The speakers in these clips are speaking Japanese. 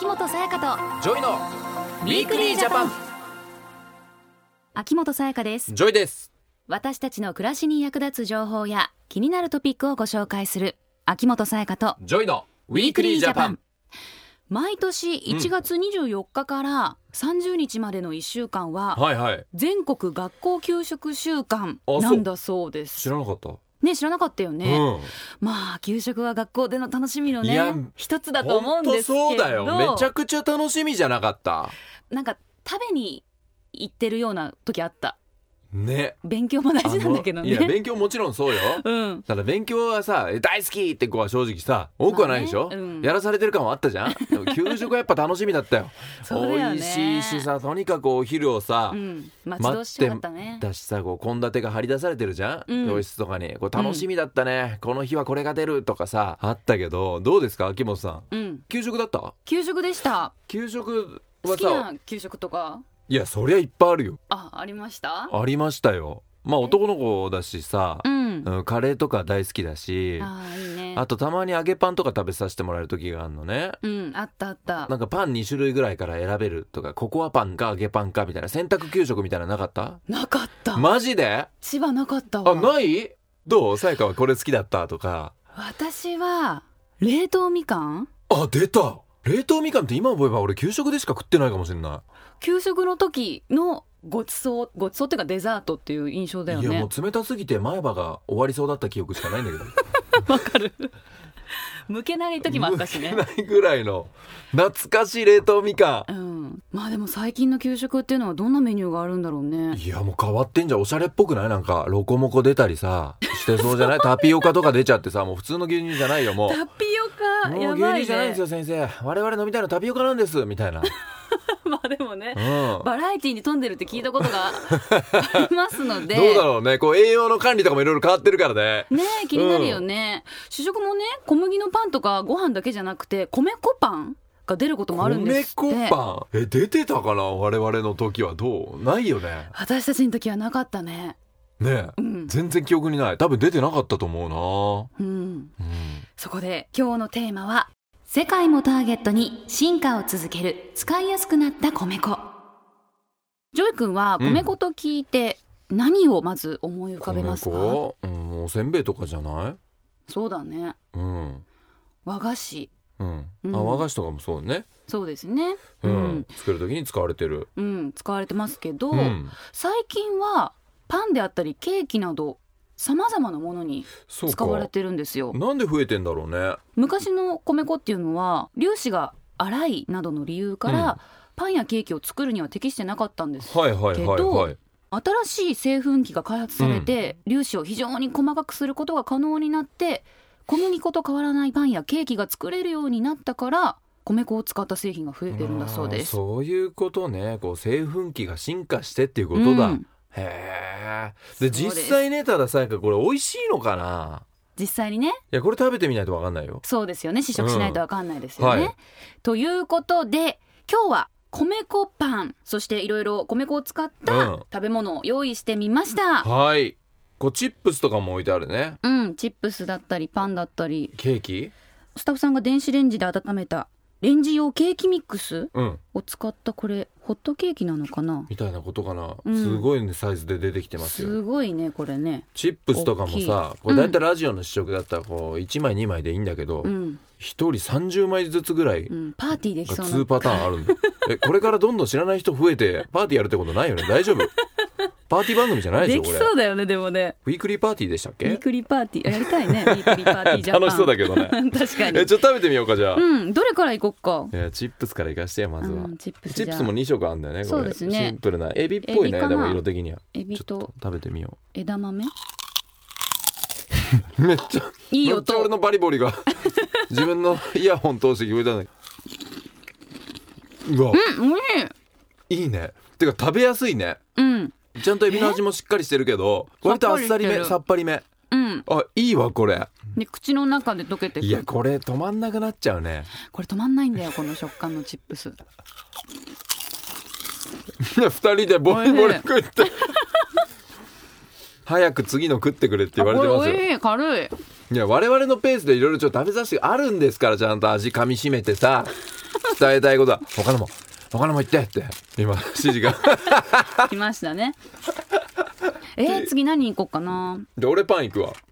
秋元才加とジョイのウィークリージャパン。秋元才加です。 ジョイです。 私たちの暮らしに役立つ情報や気になるトピックをご紹介する秋元才加とジョイのウィークリージャパン。 毎年1月24日から30日までの1週間は全国学校給食週間なんだそうです。 知らなかったね、知らなかったよね、まあ給食は学校での楽しみのね一つだと思うんですけど、 そうだよ、めちゃくちゃ楽しみじゃなかった？ なんか食べに行ってるような時あったね。 勉強も大事なんだけどね。 いや勉強もちろんそうよ、ただ勉強はさ大好きって子は正直さ多くはないでしょ、やらされてる感はあったじゃん。でも給食はやっぱ楽しみだったよ。 そうだよね、 美味しいしさ、とにかくお昼をさ、 待ち遠しかったね。 だしさ、こう献立が張り出されてるじゃん、教室とかに。これ楽しみだったね、この日はこれが出るとかさあったけど、どうですか秋元さん、給食だった？ 給食でした。 給食はさ、 好きな給食とか？ いやそりゃいっぱいあるよ。 ありました？ ありましたよ。まあ男の子だしさ、カレーとか大好きだし、 いいね。 あとたまに揚げパンとか食べさせてもらえる時があるのね。 あったあった。 なんかパン2種類ぐらいから選べるとか、ココアパンか揚げパンかみたいな選択給食みたいなのなかった？ なかった。 マジで？ 千葉なかったわ。 ない？どう？さやかはこれ好きだったとか。 私は冷凍みかん。 出た。冷凍みかんって今思えば俺給食でしか食ってないかもしれない。 給食の時のごちそうっていうかデザートっていう印象だよね。 いやもう冷たすぎて前歯が終わりそうだった記憶しかないんだけど。 わかる。剥けない時もあったしね。 剥けないぐらいの懐かしい冷凍みかん、まあでも最近の給食っていうのはどんなメニューがあるんだろうね。 いやもう変わってんじゃん。おしゃれっぽくない？なんかロコモコ出たりさしてそうじゃない？タピオカとか出ちゃってさ、もう普通の牛乳じゃないよ。もうタピオカやばいね。 もう牛乳じゃないんですよ先生、我々飲みたいのタピオカなんですみたいな。 まあでもね、バラエティに富んでるって聞いたことがありますのでどうだろうね、こう栄養の管理とかもいろいろ変わってるからね。 ねえ、気になるよね、主食もね、小麦のパンとかご飯だけじゃなくて米粉パンが出ることもあるんですって。 米粉パン出てたかな？我々の時はどう？ないよね。 私たちの時はなかったね。 ねえ、全然記憶にない。多分出てなかったと思うな。 そこで今日のテーマは、世界もターゲットに進化を続ける使いやすくなった米粉。ジョイ君は米粉と聞いて何をまず思い浮かべますか？ おせんべいとかじゃない？ そうだね、和菓子、 和菓子とかもそうね。 そうですね、 作る時に使われてる、 使われてますけど、最近はパンであったりケーキなどさまざまなものに使われてるんですよ。なんで増えてんだろうね。 昔の米粉っていうのは粒子が粗いなどの理由から、パンやケーキを作るには適してなかったんですけど、新しい製粉機が開発されて、粒子を非常に細かくすることが可能になって、小麦粉と変わらないパンやケーキが作れるようになったから、米粉を使った製品が増えてるんだそうです。 そういうことね。こう製粉機が進化してっていうことだ、へー。で実際ね、たださ、これ美味しいのかな？ 実際にね。いやこれ食べてみないと分かんないよ。 そうですよね、試食しないと分かんないですよね、ということで今日は米粉パン、そしていろいろ米粉を使った食べ物を用意してみました。 こうチップスとかも置いてあるね。 チップスだったりパンだったりケーキ。 スタッフさんが電子レンジで温めたレンジ用ケーキミックスを使った、これホットケーキなのかなみたいなことかな、すごい、ね、サイズで出てきてますよ。 すごいねこれね。 チップスとかもさ、これだいたいラジオの試食だったらこう1枚2枚でいいんだけど、1人30枚ずつぐらい、 パーティーできそうな 2パターンあるんだ。これからどんどん知らない人増えてパーティーやるってことないよね？大丈夫？パーティー番組じゃないでしょこれ。 できそうだよね。でもね、 ウィークリーパーティーでしたっけ？ ウィークリーパーティーやりたいね。ウィークリーパーティージャパン楽しそうだけどね。 確かに。 ちょっと食べてみようかじゃあ。 どれからいこっか。 チップスからいかしてよまずは。 チップスも2色あるんだよね。 そうですね。 シンプルなエビっぽいね。でも色的にはエビと食べてみよう。 枝豆。 めっちゃいい音。 めっちゃ俺のバリボリが自分のイヤホン通して聞こえたんだけど。うわ、いいね。てか食べやすいね。ちゃんとエビの味もしっかりしてるけど、割とあっさりめ、さっぱりめ。いいわこれ。 で口の中で溶けてくる。 いやこれ止まんなくなっちゃうね。 これ止まんないんだよこの食感のチップス。 2人でボリボリ食って早く次の食ってくれって言われてますよ。 おいしい、軽い。 いや我々のペースでいろいろちょっと食べさせてあるんですから、ちゃんと味噛み締めてさ。 伝えたいことは他のも言ってって今指示が来ましたね。次何行こうかな。 で俺パン行くわ。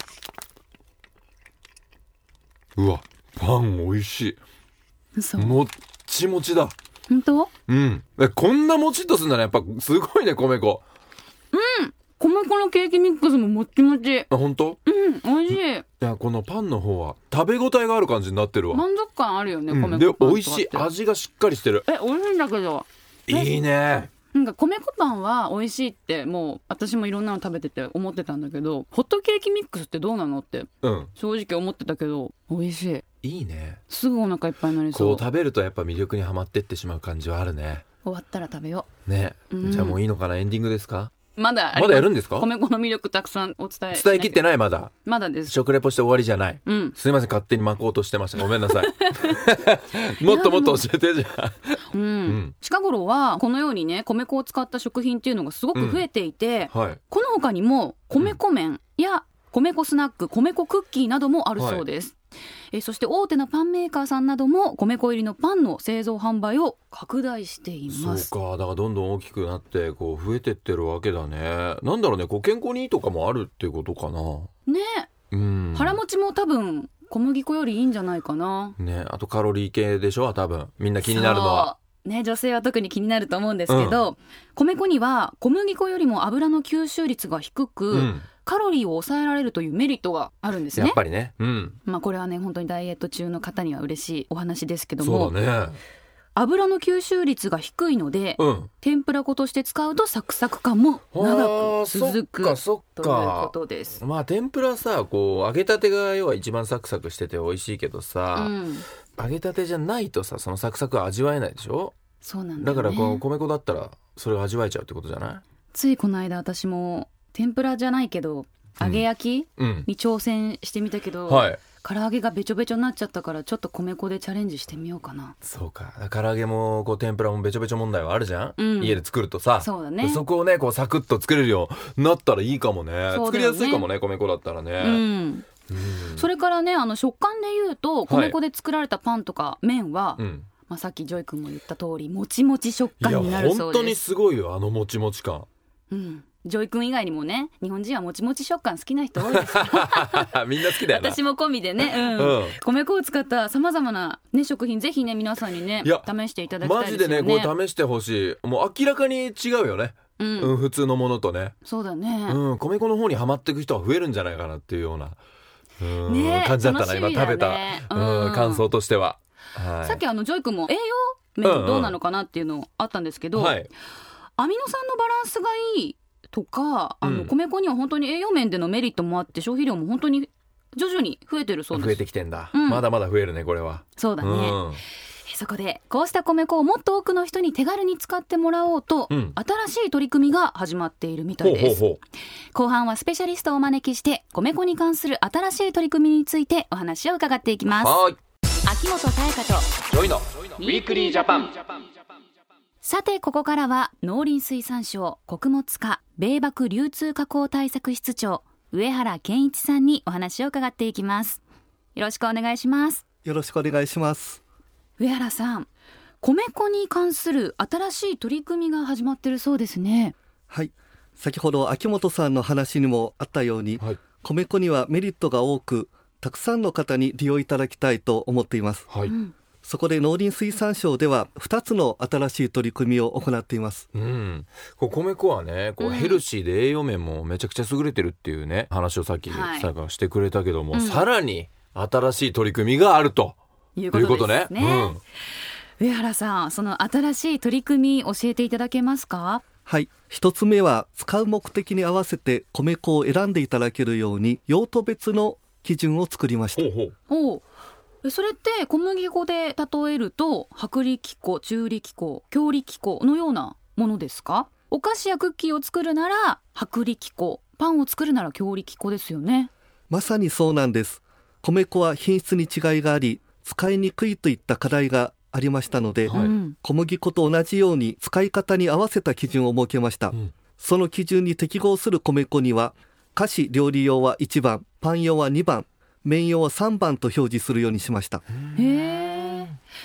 うわパン美味しい。もっちもちだ。 本当？ うん。こんなもちっとするんだね。やっぱすごいね米粉。 うん。米粉のケーキミックスももっちもち。 あ、本当？ うん、美味しい。 いやこのパンの方は食べ応えがある感じになってるわ。 満足感あるよね、米粉パンで美味しい。味がしっかりしてる。 美味しいんだけど。 いいね。 なんか米粉パンは美味しいってもう私もいろんなの食べてて思ってたんだけど、ホットケーキミックスってどうなのって、正直思ってたけど美味しい。 いいね。 すぐお腹いっぱいになりそう。 こう食べるとやっぱ魅力にはまってってしまう感じはあるね。 終わったら食べようね、じゃあもういいのかな。エンディングですか？ まだやるんですか？ 米粉の魅力たくさんお伝えきってない。まだです。 食レポして終わりじゃない、すいません勝手に巻こうとしてました。ごめんなさいもっともっと教えて。じゃあ近頃はこのようにね米粉を使った食品っていうのがすごく増えていて、この他にも米粉麺や米粉スナック、米粉クッキーなどもあるそうです。そして大手のパンメーカーさんなども米粉入りのパンの製造販売を拡大しています。 そうか、だからどんどん大きくなってこう増えてってるわけだね。なんだろうね、こう健康にいいとかもあるってことかなね。腹持ちも多分小麦粉よりいいんじゃないかなね。 あとカロリー系でしょ、多分みんな気になるのはね、女性は特に気になると思うんですけど、米粉には小麦粉よりも油の吸収率が低く、カロリーを抑えられるというメリットがあるんですね。 やっぱりね、 これはね本当にダイエット中の方には嬉しいお話ですけども、 そうだね、 油の吸収率が低いので、天ぷら粉として使うとサクサク感も長く続くということです。 天ぷらさ、こう揚げたてが要は一番サクサクしてて美味しいけどさ、揚げたてじゃないとさそのサクサクは味わえないでしょ。 そうなんだよね。 だからこの米粉だったらそれを味わえちゃうってことじゃない？ ついこの間私も天ぷらじゃないけど揚げ焼きに挑戦してみたけど、唐揚げがべちょべちょになっちゃったからちょっと米粉でチャレンジしてみようかな。 そうか、唐揚げもこう天ぷらもべちょべちょ問題はあるじゃん、家で作るとさ。 そうだね。 そこをねこうサクッと作れるようになったらいいかもね。作りやすいかもね、米粉だったらね。それからね食感でいうと米粉で作られたパンとか麺は、さっきジョイ君も言った通りもちもち食感になるそうです。いや本当にすごいよもちもち感。 ジョイ君以外にもね日本人はもちもち食感好きな人多いですみんな好きだよな。 私も込みでね、米粉を使ったさまざまな、食品ぜひね皆さんにね試していただきたいですよね。 マジでねこれ試してほしい。もう明らかに違うよね、普通のものとね。 そうだね、 米粉の方にハマっていく人は増えるんじゃないかなっていうような感じだったな、今食べた感想としては。 さっきジョイ君も栄養面どうなのかなっていうのあったんですけど、アミノ酸のバランスがいいとか米粉には本当に栄養面でのメリットもあって消費量も本当に徐々に増えてるそうです。 増えてきてんだ、まだまだ増えるねこれは。 そうだね、そこでこうした米粉をもっと多くの人に手軽に使ってもらおうと、新しい取り組みが始まっているみたいです。後半はスペシャリストをお招きして米粉に関する新しい取り組みについてお話を伺っていきます。秋元彩香とジョイのウィークリージャパン。 さてここからは農林水産省穀物課米麦流通加工対策室長上原健一さんにお話を伺っていきます。よろしくお願いします。 よろしくお願いします。 上原さん、米粉に関する新しい取り組みが始まっているそうですね。 はい、先ほど秋元さんの話にもあったように、米粉にはメリットが多くたくさんの方に利用いただきたいと思っています。そこで農林水産省では2つの新しい取り組みを行っています。 こう米粉はねこうヘルシーで栄養面もめちゃくちゃ優れてるっていうね話をさっきさやかしてくれたけども、さらに新しい取り組みがあるということね。 上原さん、その新しい取り組み教えていただけますか？ はい、一つ目は使う目的に合わせて米粉を選んでいただけるように用途別の基準を作りました。 それって小麦粉で例えると薄力粉、中力粉、強力粉のようなものですか？お菓子やクッキーを作るなら薄力粉、パンを作るなら強力粉ですよね。 まさにそうなんです。米粉は品質に違いがあり使いにくいといった課題がありましたので、小麦粉と同じように使い方に合わせた基準を設けました。その基準に適合する米粉には菓子料理用は1番、パン用は2番、麺用は3番と表示するようにしました。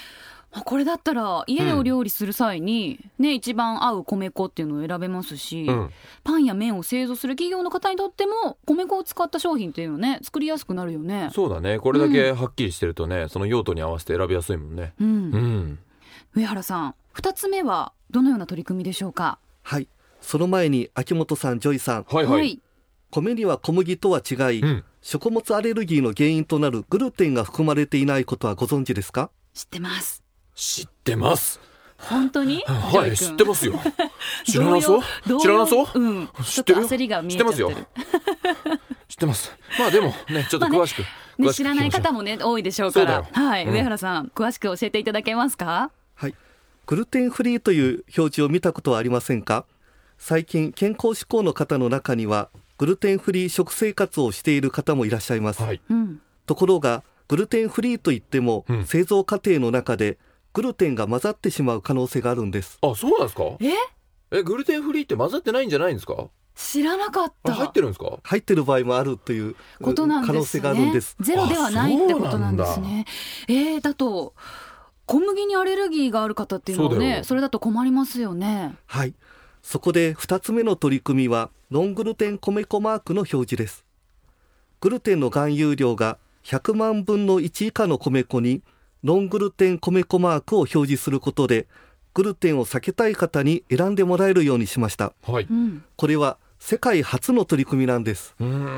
これだったら家でお料理する際に、ね、一番合う米粉っていうのを選べますし、パンや麺を製造する企業の方にとっても米粉を使った商品っていうのね作りやすくなるよね。 そうだね、これだけはっきりしてるとね、その用途に合わせて選びやすいもんね。 上原さん、2つ目はどのような取り組みでしょうか。 はい、その前に秋元さん、ジョイさん、米には小麦とは違い、食物アレルギーの原因となるグルテンが含まれていないことはご存知ですか？ 知ってます。 知ってます。 本当に？ はい、知ってますよ。知らなそう知らなそう、 知ってるよ。ちょっと焦りが見えちゃってる。 知ってますよ。知ってます。まあでもね、ちょっと詳しく、 知らない方もね多いでしょうから、上原さん、詳しく教えていただけますか？ はい、グルテンフリーという表示を見たことはありませんか？最近健康志向の方の中にはグルテンフリー食生活をしている方もいらっしゃいます。ところがグルテンフリーといっても、製造過程の中でグルテンが混ざってしまう可能性があるんです。 あ、そうなんですか？グルテンフリーって混ざってないんじゃないんですか？ 知らなかった。 入ってるんですか？ 入ってる場合もあるという可能性があるんです。 ゼロではないってことなんですね。だと小麦にアレルギーがある方っていうのはね、それだと困りますよね。 はい、そこで2つ目の取り組みはノングルテン米粉マークの表示です。グルテンの含有量が100万分の1以下の米粉にノングルテン米粉マークを表示することで、グルテンを避けたい方に選んでもらえるようにしました。これは世界初の取り組みなんです。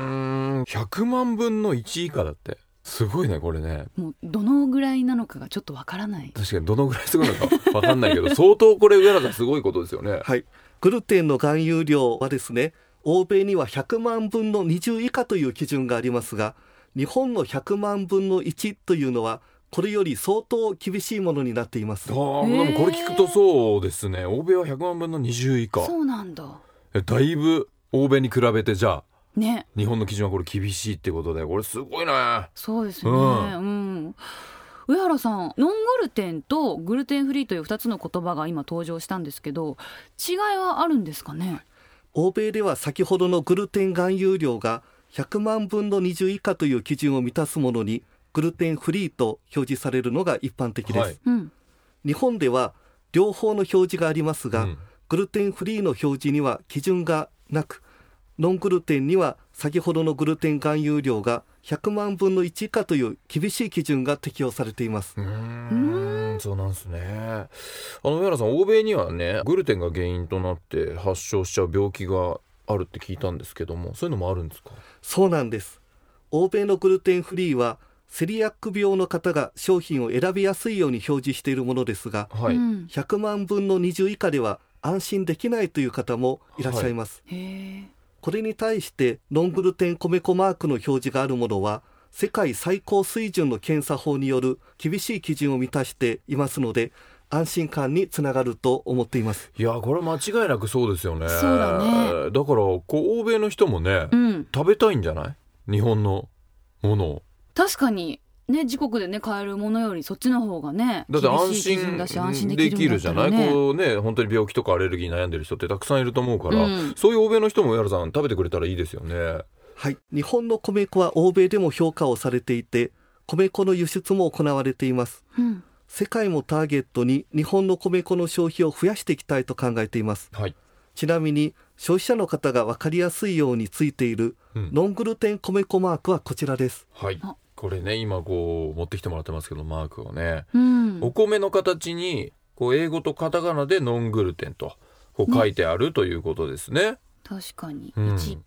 100万分の1以下だってすごいね、これね。 もうどのぐらいなのかがちょっとわからない。 確かにどのぐらいすごいのかわかんないけど相当これ上原さんすごいことですよね。 はい、グルテンの含有量はですね、欧米には100万分の20以下という基準がありますが、日本の100万分の1というのはこれより相当厳しいものになっています。 でもこれ聞くとそうですね、欧米は100万分の20以下。 そうなんだ。 だいぶ欧米に比べてじゃあ、 ね、 日本の基準はこれ厳しいってことで、これすごいね。 そうですね、上原さん、ノングルテンとグルテンフリーという2つの言葉が今登場したんですけど、違いはあるんですかね？ 欧米では先ほどのグルテン含有量が100万分の20以下という基準を満たすものにグルテンフリーと表示されるのが一般的です。日本では両方の表示がありますが、グルテンフリーの表示には基準がなく、ノングルテンには先ほどのグルテン含有量が100万分の1以下という厳しい基準が適用されています。 そうなんですね。上原さん、欧米にはね、グルテンが原因となって発症しちゃう病気があるって聞いたんですけども、そういうのもあるんですか？ そうなんです。欧米のグルテンフリーはセリアック病の方が商品を選びやすいように表示しているものですが、100万分の20以下では安心できないという方もいらっしゃいます。これに対してノングルテン米粉マークの表示があるものは世界最高水準の検査法による厳しい基準を満たしていますので、安心感につながると思っています。 いや、これ間違いなくそうですよね。 そうだね。 だから欧米の人もね、食べたいんじゃない？日本のものを。 確かにね、自国でね買えるものよりそっちの方がね、 だって安心できるじゃない。こうね、本当に病気とかアレルギー悩んでる人ってたくさんいると思うから、そういう欧米の人も上原さん食べてくれたらいいですよね。 はい、日本の米粉は欧米でも評価をされていて、米粉の輸出も行われています。世界もターゲットに日本の米粉の消費を増やしていきたいと考えています。ちなみに消費者の方が分かりやすいようについているノングルテン米粉マークはこちらです。 これね、今こう持ってきてもらってますけど、マークをね、お米の形にこう英語とカタカナでノングルテンとこう書いてあるということですね。 確かに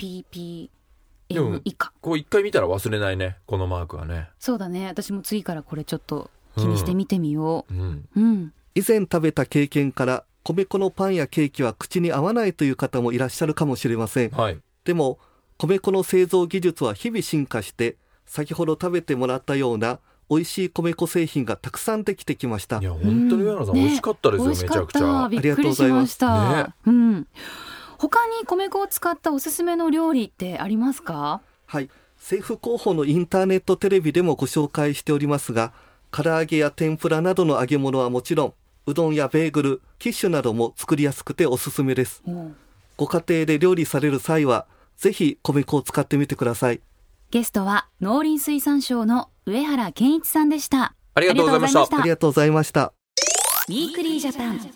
1ppm 以下。 こう一回見たら忘れないね、このマークはね。 そうだね、私も次からこれちょっと気にしてみてみよう。 以前食べた経験から米粉のパンやケーキは口に合わないという方もいらっしゃるかもしれません。でも米粉の製造技術は日々進化して、先ほど食べてもらったような美味しい米粉製品がたくさんできてきました。 いや本当に上原さん、美味しかったですよ。めちゃくちゃびっくりしました。他に米粉を使ったおすすめの料理ってありますか？ はい、政府広報のインターネットテレビでもご紹介しておりますが、唐揚げや天ぷらなどの揚げ物はもちろん、うどんやベーグル、キッシュなども作りやすくておすすめです。ご家庭で料理される際はぜひ米粉を使ってみてください。 ゲストは農林水産省の上原健一さんでした。 ありがとうございました。 ありがとうございました。 ウィークリージャパン。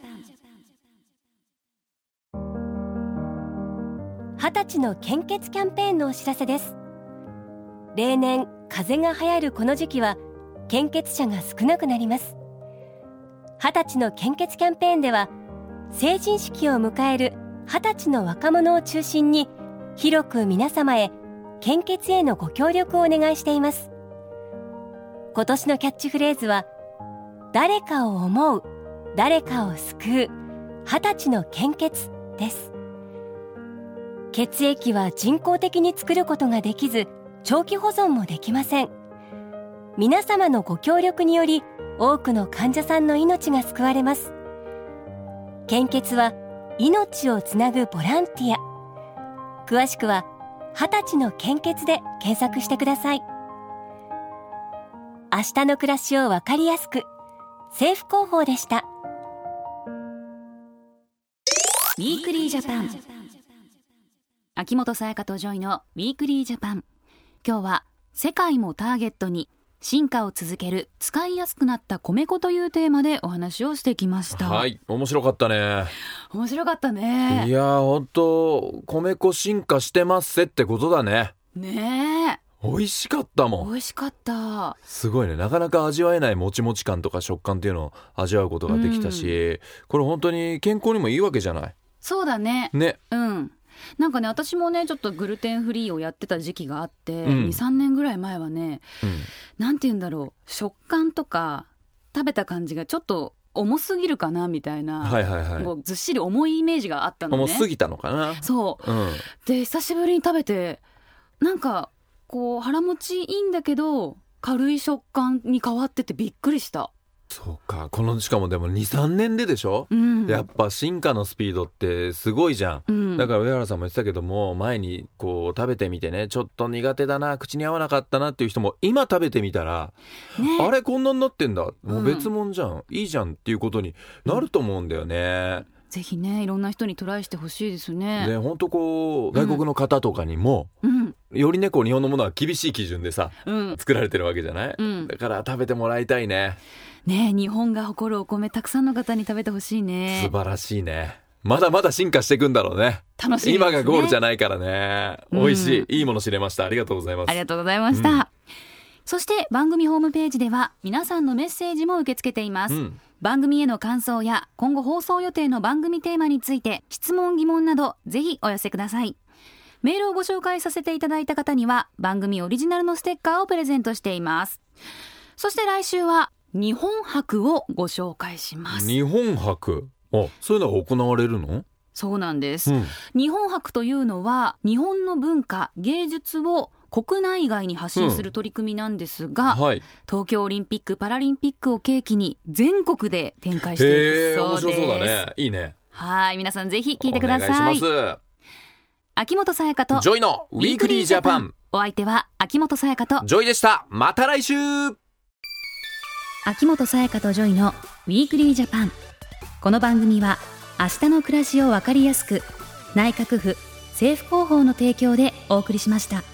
20歳の献血キャンペーンのお知らせです。例年風邪が流行るこの時期は献血者が少なくなります。20歳の献血キャンペーンでは成人式を迎える20歳の若者を中心に広く皆様へ献血へのご協力をお願いしています。今年のキャッチフレーズは誰かを思う、誰かを救う、20歳の献血です。血液は人工的に作ることができず長期保存もできません。皆様のご協力により多くの患者さんの命が救われます。献血は命をつなぐボランティア。詳しくは20歳の献血で検索してください。明日の暮らしをわかりやすく、政府広報でした。 ウィークリージャパン。秋元才加とジョイのウィークリージャパン。今日は世界もターゲットに進化を続ける使いやすくなった米粉というテーマでお話をしてきました。 はい、面白かったね。 面白かったね。 いや本当米粉進化してますせってことだね。 ねえ、 美味しかったもん。 美味しかった。 すごいね。なかなか味わえないもちもち感とか食感っていうのを味わうことができたし、これ本当に健康にもいいわけじゃない。 そうだね。 ね、 なんかね、私もねちょっとグルテンフリーをやってた時期があって、2、3年ぐらい前はね、なんて言うんだろう、食感とか食べた感じがちょっと重すぎるかなみたいな、もうずっしり重いイメージがあったのね。 重すぎたのかな。 そう、で久しぶりに食べてなんかこう腹持ちいいんだけど軽い食感に変わっててびっくりした。 そうか、このしかもでも 2,3 年ででしょ、やっぱ進化のスピードってすごいじゃん、だから上原さんも言ってたけども、前にこう食べてみてね、ちょっと苦手だな、口に合わなかったなっていう人も今食べてみたら、あれこんなになってんだ、もう別物じゃん、いいじゃんっていうことになると思うんだよね。 ぜひね、いろんな人にトライしてほしいですね。 で本当こう外国の方とかにも、よりねこう日本のものは厳しい基準でさ、作られてるわけじゃない、だから食べてもらいたいね。 ね、日本が誇るお米たくさんの方に食べてほしいね。 素晴らしいね。まだまだ進化していくんだろうね。 楽しみですね。 今がゴールじゃないからね。美味しい、いいもの知れました。ありがとうございます。 ありがとうございました、そして番組ホームページでは皆さんのメッセージも受け付けています、番組への感想や今後放送予定の番組テーマについて質問疑問などぜひお寄せください。メールをご紹介させていただいた方には番組オリジナルのステッカーをプレゼントしています。そして来週は日本博をご紹介します。 日本博、そういうのが行われるの？ そうなんです、日本博というのは日本の文化芸術を国内外に発信する取り組みなんですが、東京オリンピックパラリンピックを契機に全国で展開していくそうです。 面白そうだね。いいね。 はい、皆さんぜひ聞いてください。 お願いします。 秋元才加とジョイのウィークリージャパン。 お相手は秋元才加とジョイでした。また来週。 秋元才加とジョイのウィークリージャパン。この番組は明日の暮らしをわかりやすく、内閣府政府広報の提供でお送りしました。